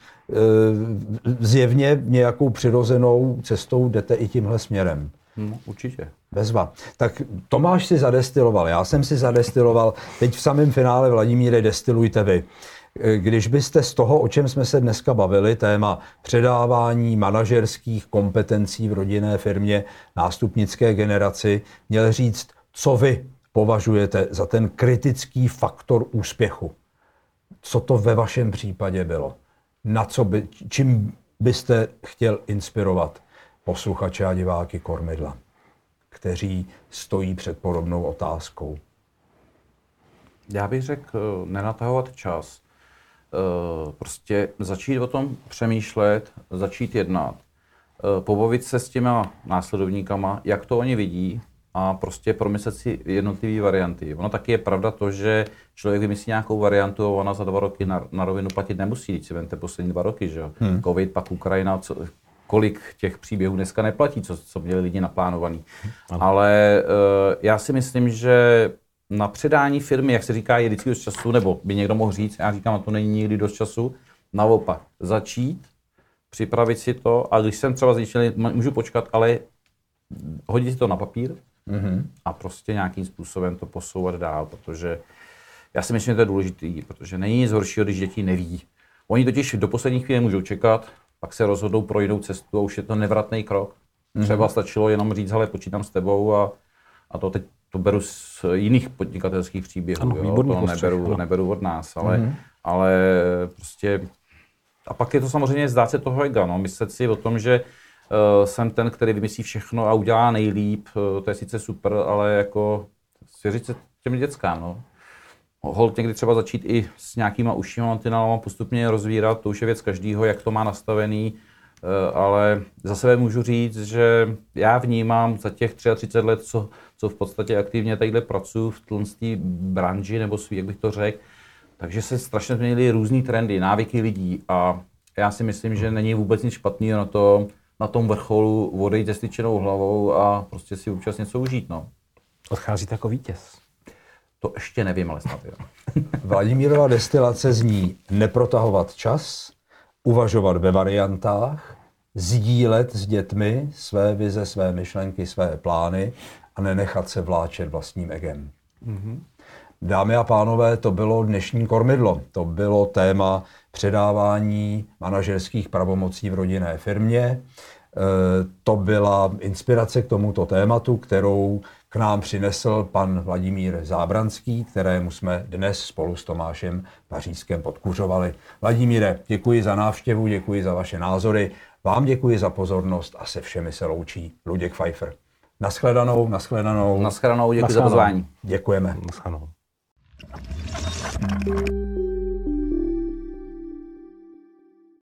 zjevně nějakou přirozenou cestou jdete i tímhle směrem. Hmm, určitě. Bezva. Tak Tomáš si zadestiloval, já jsem si zadestiloval, teď v samém finále, Vladimíre, destilujte vy. Když byste z toho, o čem jsme se dneska bavili, téma předávání manažerských kompetencí v rodinné firmě nástupnické generaci, měl říct, co vy považujete za ten kritický faktor úspěchu. Co to ve vašem případě bylo? Na co by, čím byste chtěl inspirovat posluchače a diváky Kormidla, kteří stojí před podobnou otázkou? Já bych řekl, nenatahovat čas. Prostě začít o tom přemýšlet, začít jednat, pobavit se s těma následovníkama, jak to oni vidí, a prostě promyslet si jednotlivé varianty. Ono taky je pravda to, že člověk vymyslí nějakou variantu a ona za dva roky na, na rovinu platit nemusí, když si vemte poslední dva roky, že jo. Hmm. Covid, pak Ukrajina, co, kolik těch příběhů dneska neplatí, co, co měli lidi naplánovaný. Ano. Ale uh, já si myslím, že na předání firmy, jak se říká, je vždycky dost času, nebo by někdo mohl říct, já říkám, a to není nikdy dost času, naopak začít, připravit si to, a když jsem třeba zjistil, můžu počkat, ale hodit si to na papír, mm-hmm. a prostě nějakým způsobem to posouvat dál, protože já si myslím, že to je důležitý, protože není nic horšího, když děti neví. Oni totiž do poslední chvíle můžou čekat, pak se rozhodnou pro jinou cestu a už je to nevratný krok. Mm-hmm. Třeba stačilo jenom říct, hele, počítám s tebou, a, a to teď to beru z jiných podnikatelských příběhů, ano, jo? To neberu, no. neberu od nás, ale, mm-hmm. ale prostě a pak je to samozřejmě zdát se toho ega, no, myslet si o tom, že uh, jsem ten, který vymyslí všechno a udělá nejlíp, uh, to je sice super, ale jako svěřit se těm dětskám, no. Holt někdy třeba začít i s nějakýma užšíma mantinelama postupně rozvírat, to už je věc každýho, jak to má nastavený, uh, ale za sebe můžu říct, že já vnímám za těch třicet tři let, co, co v podstatě aktivně tadyhle pracuji v té branži, nebo svý, jak bych to řekl, takže se strašně změnily různý trendy, návyky lidí, a já si myslím, že není vůbec nic špatného na tom, na tom vrcholu odejít se styčenou hlavou a prostě si občas něco užít, no. Odcházíte jako vítěz. To ještě nevím, ale snad jo. Vladimírova destilace zní neprotahovat čas, uvažovat ve variantách, sdílet s dětmi své vize, své myšlenky, své plány a nenechat se vláčet vlastním egem. Mm-hmm. Dámy a pánové, to bylo dnešní Kormidlo. To bylo téma předávání manažerských pravomocí v rodinné firmě. E, to byla inspirace k tomuto tématu, kterou k nám přinesl pan Vladimír Zábranský, kterému jsme dnes spolu s Tomášem Pařízkem podkuřovali. Vladimíre, děkuji za návštěvu, děkuji za vaše názory, vám děkuji za pozornost a se všemi se loučí Luděk Pfeiffer. Naschledanou, naschledanou. Naschledanou, děkuji za pozvání. Děkujeme. Naschledanou. Thank you.